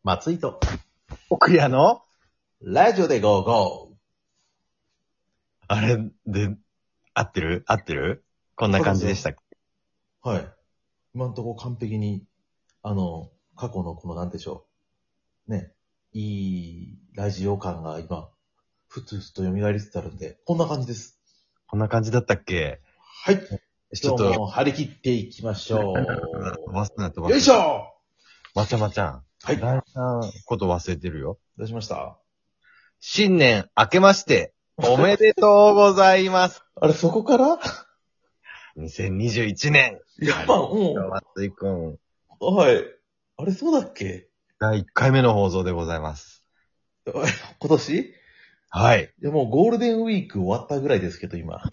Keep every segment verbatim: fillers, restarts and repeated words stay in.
松井と、 奥屋のラジオでゴーゴー。 あれで、合ってる合ってるこんな感じでしたっけ？ はい。今んとこ完璧に、あの、過去のこのなんでしょう。ね。いいラジオ感が今、ふつふつと蘇りつつあるんで、こんな感じです。 こんな感じだったっけ？ はい。 ちょっと、 今日も張り切っていきましょ飛ばすな飛う。 ばすな。 よいしょまちゃまちゃん。 はい。 大事なこと忘れてるよ。 どうしました？ 新年明けまして、おめでとうございます。 あれ、そこからにせんにじゅういちねん。 やば、うん。 松井くん。 はい。あれ、そうだっけ？ だいいっかいめの放送でございます。 今年はい。 いや、もうゴールデンウィーク終わったぐらいですけど、今。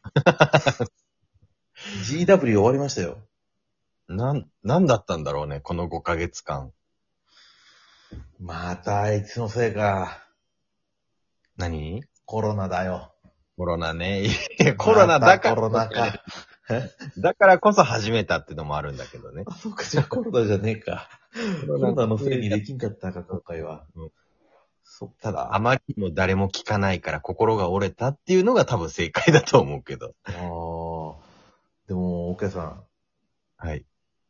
ジーダブリュー 終わりましたよ。 なん、なんだったんだろうね、このごかげつかん。 またあいつのせいか。 何？ コロナだよ。 コロナね。いやコロナだから。 またコロナか。えだからこそ始めたってのもあるんだけどね。 あ、そうか、じゃあコロナじゃねえか。コロナのせいにできんかったか、今回は。 うんそっか。 ただ、あまりにも誰も聞かないから心が折れたっていうのが多分正解だと思うけど。 あーでも、奥谷さん、 はい。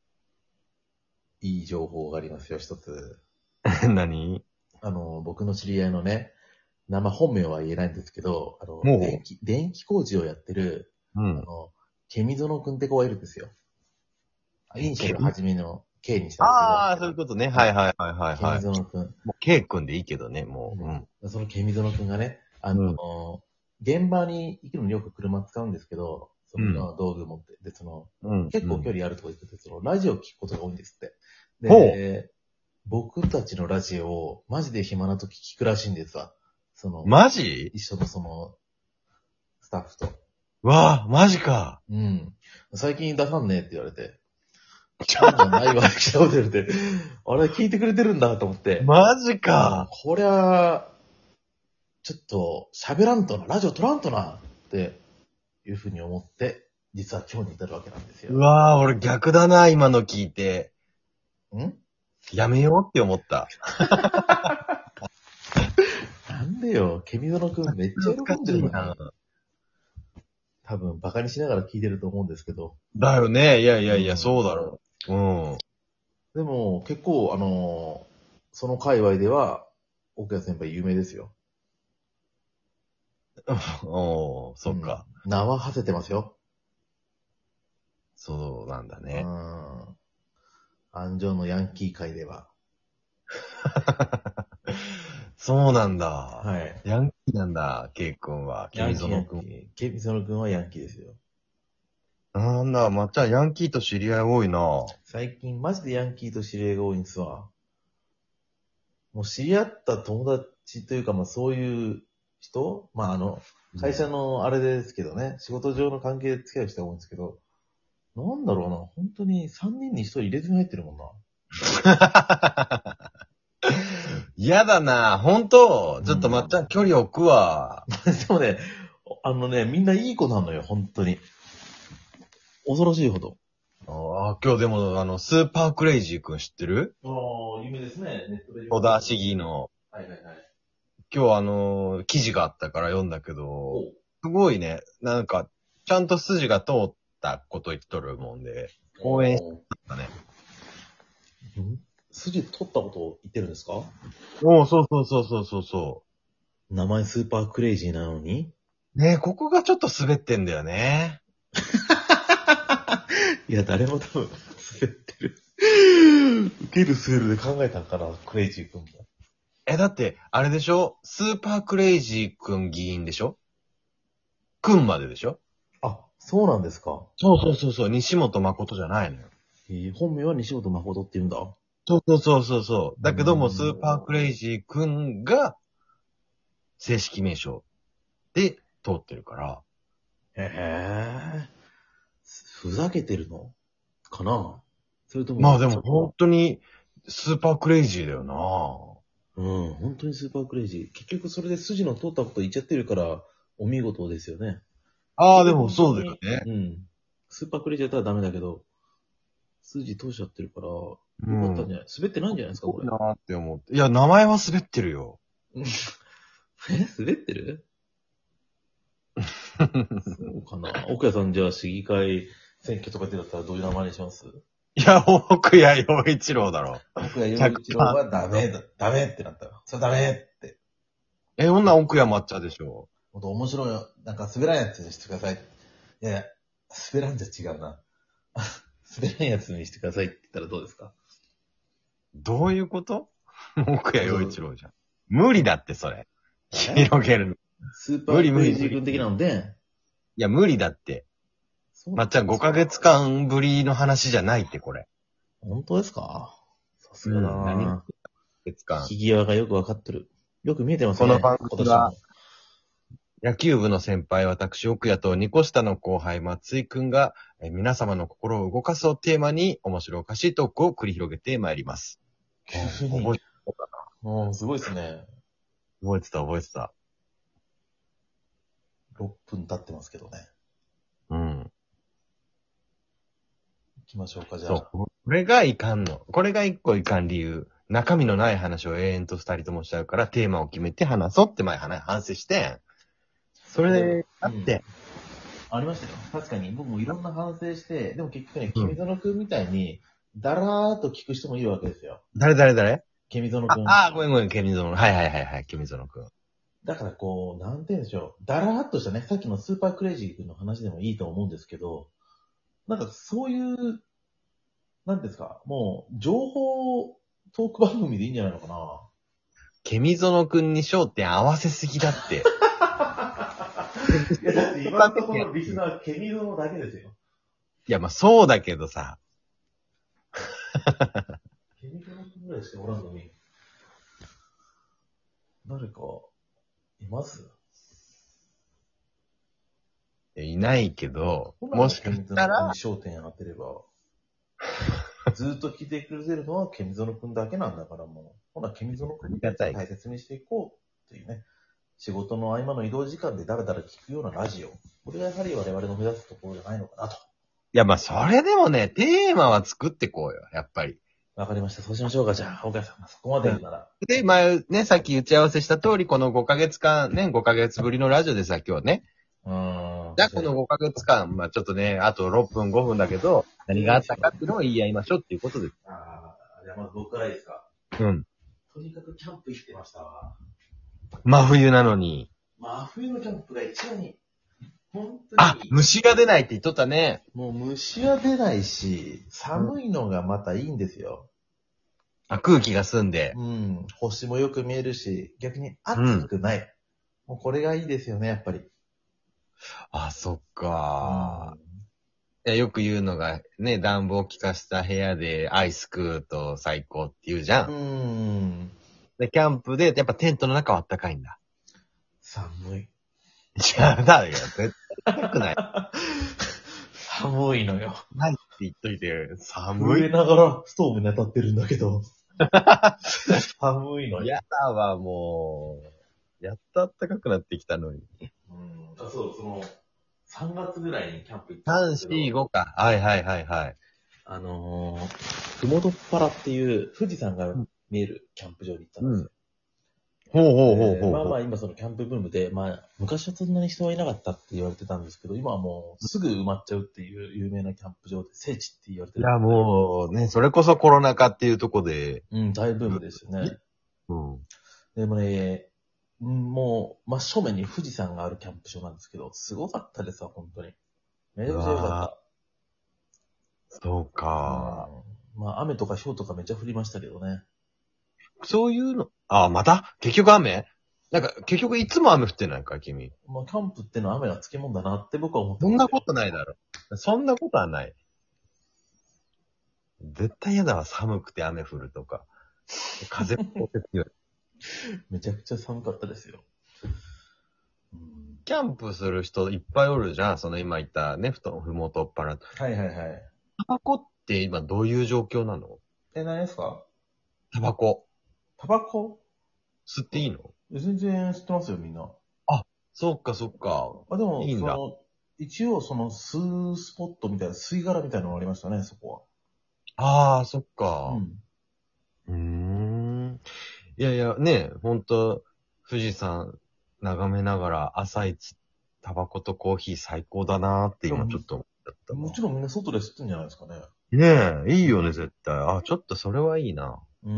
いい情報がありますよ、一つ。 何？ あの、僕の知り合いのね、生本名は言えないんですけど、あの、 もう電気、電気工事をやってる、 うん。 あの、ケミゾノ君って子がいるんですよ。イニシャルはじめの K にしたんああ、 ですけど。 そういうことね。はいはいはいはいケミはい。 ゾノ君。 もう K 君でいいけどね、もう。うん。 うん、そのケミゾノ君がね、あの、現場に行くのによく車使うんですけど、その道具持って、で、その、 うん。 結構距離あるとこ行くと、その、ラジオ聞くことが多いんですって。 ほうで、僕たちのラジオをマジで暇な時聞くらしいんですわ。その、 マジ？ 一緒のその、スタッフと。 わあ、マジか。 うん。最近出さんねって言われて。そんなんないわ、来たこと言われて。あれ、聞いてくれてるんだと思って。 マジあか。 こりゃ、ちょっと喋らんとな、ラジオ撮らんとな、っていうふうに思って、実は今日に至るわけなんですよ。 うわあ、俺逆だな、今の聞いて。 んやめようって思った。 なんでよ、ケミゾノくんめっちゃ喜んでるのに。多分、バカにしながら聞いてると思うんですけど。 だよね。いやいやいや、 うんそうだろう。うん。 でも、結構、あのーその界隈では、奥谷先輩有名ですよ。 おー、そっか。 うん名は馳せてますよ。 そうなんだうね。 ん。安城のヤンキー界では。 そうなんだ。 はい。 ヤンキーなんだ、ケイ君は。 ヤンキー、ヤン君園君。 キー。ケミゾノ君はヤンキーですよ。 なんだ、まっちゃんヤンキーと知り合い多いな。 最近、マジでヤンキーと知り合いが多いんですわ。もう知り合った友達というか、まあそういう人まああの、会社のあれですけどね、仕事上の関係で付き合う人が多いんですけど、なんだろうな、本当にさんにんにひとり入れずに入ってるもんな。 嫌だな、ほんと。ちょっとまっちゃん距離置くわ。 でもね、あのね、みんないい子なのよ、本当に。恐ろしいほど。 ああ、今日でも、あの、スーパークレイジー君知ってる？ ああ、有名ですね、ネットで。 戸田市議の。 はいはいはい。 今日あの、記事があったから読んだけど、すごいね、なんか、ちゃんと筋が通ったこと言っとるもんで、応援したね。 ん筋取ったことを言ってるんですか？ おお、そうそうそうそうそうそ名前スーパークレイジーなのにう。ねえ、ここがちょっと滑ってんだよね。 いや、誰も多分、滑ってる。受けるスールで考えたんかな、クレイジー君も。 え、だって、あれでしょ？スーパークレイジー君議員でしょ？君まででしょ？ あ、そうなんですか。 そうそうそうそう、西本誠じゃないのよ。 えー本名は西本誠って言うんだ。 そうそうそうそうそう。だけども、 うんスーパークレイジー君が、正式名称で通ってるから。 へえ。ふざけてるのかなそれとも、 まあでも本当に、スーパークレイジーだよな。 うん、本当にスーパークレイジー。結局それで筋の通ったこと言っちゃってるから、お見事ですよね。 ああ、でもそうだよね。 うん。スーパークレイジーだったらダメだけど、筋通しちゃってるから、 よかったんじゃない、滑ってないんじゃないですか、これ。 いいなーって思って。いや、名前は滑ってるよ。 え滑ってるそうかな。奥谷さんじゃあ市議会選挙とかでだったらどういう名前にします？ いや、奥谷陽一郎だろ。 奥谷陽一郎はダメだ、ダメってなったら。それダメって。 え、女奥谷抹茶でしょ。 もっと面白いよ。なんか滑らんやつにしてください。いやいや、滑らんじゃ違うな。滑らんやつにしてくださいって言ったらどうですか？ どういうこと奥谷陽一郎じゃん。無理だって、それ。広げるの。 スーパークレイジー君的なので。 いや、無理だって。まっちゃんごかげつかんぶりの話じゃないって、これ。 本当ですか？さすがだな、うん、何ごかげつかん。 引き際がよくわかってる。よく見えてますね。 この番組は、野球部の先輩、私、奥谷とにこ下の後輩、松井くんが、え皆様の心を動かすをテーマに、面白おかしいトークを繰り広げてまいります。 急に。覚えてたかな。うん、すごいですね。 覚えてた、覚えてた。 ろっぷん経ってますけどね。 うん。 行きましょうか、じゃあ。 そう。これがいかんの。これが一個いかん理由。中身のない話を永遠と二人ともしちゃうから、テーマを決めて話そうって前話、反省して、それで、あって、 うん。ありましたよ。確かに、僕もいろんな反省して、でも結局ね、ケミゾノ君みたいに、だらーっと聞く人もいるわけですよ。 誰誰誰ケミゾノ君。 ああ、ごめんごめん、ケミゾノ。はいはいはいはい、ケミゾノ君。 だからこう、なんて言うんでしょう。だらーっとしたね、さっきのスーパークレイジー君の話でもいいと思うんですけど、なんかそういう、なんですか、もう、情報トーク番組でいいんじゃないのかな。 ケミゾノ君に焦点合わせすぎだって。いや、だって今のところリスナー、ケミゾノだけですよ。 いや、まあそうだけどさ。 ケミゾノ君ぐらいしかおらんのに。誰か、います？ いないけど、もしかしたら、 焦点当てれば、ずっと聞いてくれてるのはケミゾノ君だけなんだからもう、ほなケミゾノ君大切にしていこうというね、仕事の合間の移動時間でだらだら聞くようなラジオ。これがやはり我々の目指すところじゃないのかなと。 いや、まあそれでもね、テーマは作ってこうよ、やっぱり。 わかりました。そうしましょうか。じゃあ、岡谷さんがそこまで言うなら。 で、前ね、さっき打ち合わせした通り、このごかげつかん、ね、ごかげつぶりのラジオでさ、今日ね。 うーん。 じゃあこのごかげつかん、まあちょっとね、あとろっぷんごふんだけど、何があったかっていうのを言い合いましょうっていうことです。 ああ、じゃあまず僕からいいですか。 うん。 とにかくキャンプ行ってましたわ。 真冬なのに。 真冬のキャンプが一番に、本当に。 あ、虫が出ないって言っとったね。 もう虫は出ないし、寒いのがまたいいんですよ。 あ、空気が澄んで。 うん。星もよく見えるし、逆に暑くない。うん、もうこれがいいですよね、やっぱり。 あ、そっか、うん、いや。よく言うのが、ね、暖房効かした部屋でアイス食うと最高って言うじゃん。うん。で、キャンプで、やっぱテントの中は暖かいんだ。 寒い。 いやだよ、絶対暖かくない。 寒いのよ。 ないって言っといて、寒い。 震えながらストーブに当たってるんだけど。寒いのよ。 やだわ、もう。やっと暖かくなってきたのに。 うん。あ、そう、その、さんがつぐらいにキャンプ行ったんですけど。さん、よん、ごか。はいはいはいはい。 あのー、ふもとっぱらっていう富士山が見えるキャンプ場に行ったんですよ。 うん、ほうほうほうほう、えー。 まあまあ今そのキャンプブームで、まあ昔はそんなに人はいなかったって言われてたんですけど、今はもうすぐ埋まっちゃうっていう有名なキャンプ場で聖地って言われてる。 いやもうね、それこそコロナ禍っていうとこで。 うん、大ブームですよね。 うん。 でもね、もう真正面に富士山があるキャンプ場なんですけど、すごかったですわ、本当に。めちゃくちゃ良かった。 そうか、 うん。まあ雨とか氷とかめっちゃ降りましたけどね。 そういうの、ああ、また結局雨なんか、結局いつも雨降ってないか、君。 まあ、キャンプってのは雨がつきもんだなって僕は思ってます。そんなことないだろ。そんなことはない。絶対嫌だわ、寒くて雨降るとか。風も強い。 めちゃくちゃ寒かったですよ。 うん、キャンプする人いっぱいおるじゃん。その今言ったね、ふと、ふもとっぱら。 はいはいはい。 タバコって今どういう状況なの？ え、何ですか？ タバコ。 タバコ吸っていいの？ 全然吸ってますよ、みんな。 あ、そっかそっか。 あ、でも、 いいんだ。 その、一応その吸うスポットみたいな、吸い殻みたいなのがありましたね、そこは。 ああ、そっか。 うん。 うーん。いやいや、ね、ほんと、富士山眺めながら朝一、タバコとコーヒー最高だなーって今ちょっと思っちゃったわ。 もちろんみんな外で吸ってんじゃないですかね。 ねえ、いいよね、絶対。あ、ちょっとそれはいいな。 うん。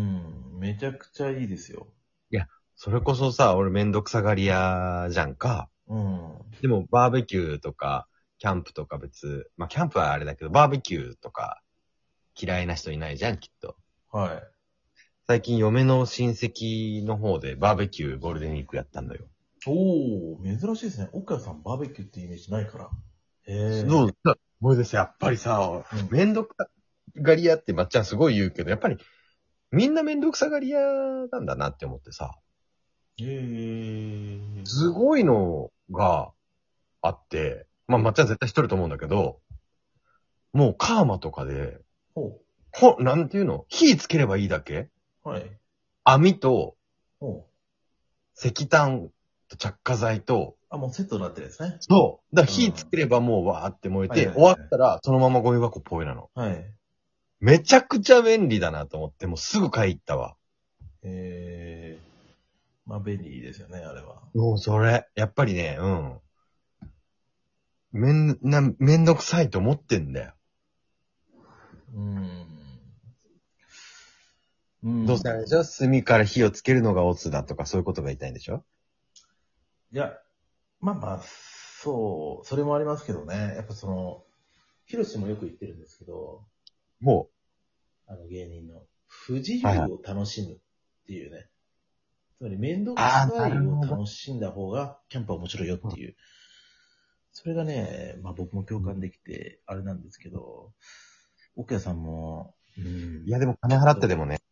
めちゃくちゃいいですよ。 いや、それこそさ、俺めんどくさがり屋じゃんか。 うん。 でも、バーベキューとか、キャンプとか別、まあ、キャンプはあれだけど、バーベキューとか、嫌いな人いないじゃん、きっと。 はい。 最近、嫁の親戚の方でバーベキューゴールデンウィークやったんだよ。 おー、珍しいですね。岡谷さんバーベキューってイメージないから。へえ。 そう、思い出す。やっぱりさ、 うんめんどくさがり屋ってまっちゃんすごい言うけど、やっぱり、みんなめんどくさがり屋なんだなって思ってさ、 へえ。 すごいのがあって、まあ、まっちゃん絶対知っとると思うんだけど、もうカーマとかで、 ほほ、なんていうの火つければいいだけう。はい。 網とほう。 石炭と着火剤と、 あ、もうセットになってるんですね。 そう。だからうん火つければもうわーって燃えて、 はいはいはい終わったらそのままゴミ箱ポイなの。 はい。 めちゃくちゃ便利だなと思って、もうすぐ買い行ったわ。 ええ。まあ便利ですよね、あれは。 もうそれ、やっぱりね、うん。めんな、めんどくさいと思ってんだよ。 うーん。うん。 どうせあれでしょ炭から火をつけるのがオツだとかそういうことが言いたいんでしょいや、まあまあ、そう、それもありますけどね。やっぱその、ヒロシもよく言ってるんですけど、 もあの芸人の、不自由はいはいを楽しむっていうね。つまり、面倒くあーさいをなるほど楽しんだ方が、キャンプは面白いよっていう。それがね、まあ僕も共感できて、あれなんですけど、奥谷さんも、うんう。いやでも金払ってでもね、